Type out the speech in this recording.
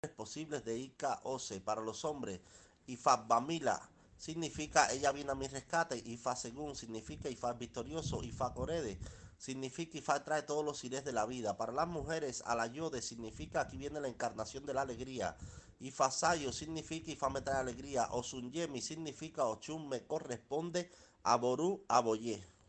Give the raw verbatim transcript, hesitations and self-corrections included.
posibles de Ika Ose. Para los hombres, Ifa Bamila significa ella viene a mi rescate. Ifa Según significa Ifa victorioso. Ifa Corede significa Ifa trae todos los ires de la vida. Para las mujeres, Alayode significa aquí viene la encarnación de la alegría. Ifa Sayo significa Ifa me trae alegría. Osunyemi significa Ochun me corresponde. Aboru Aboye.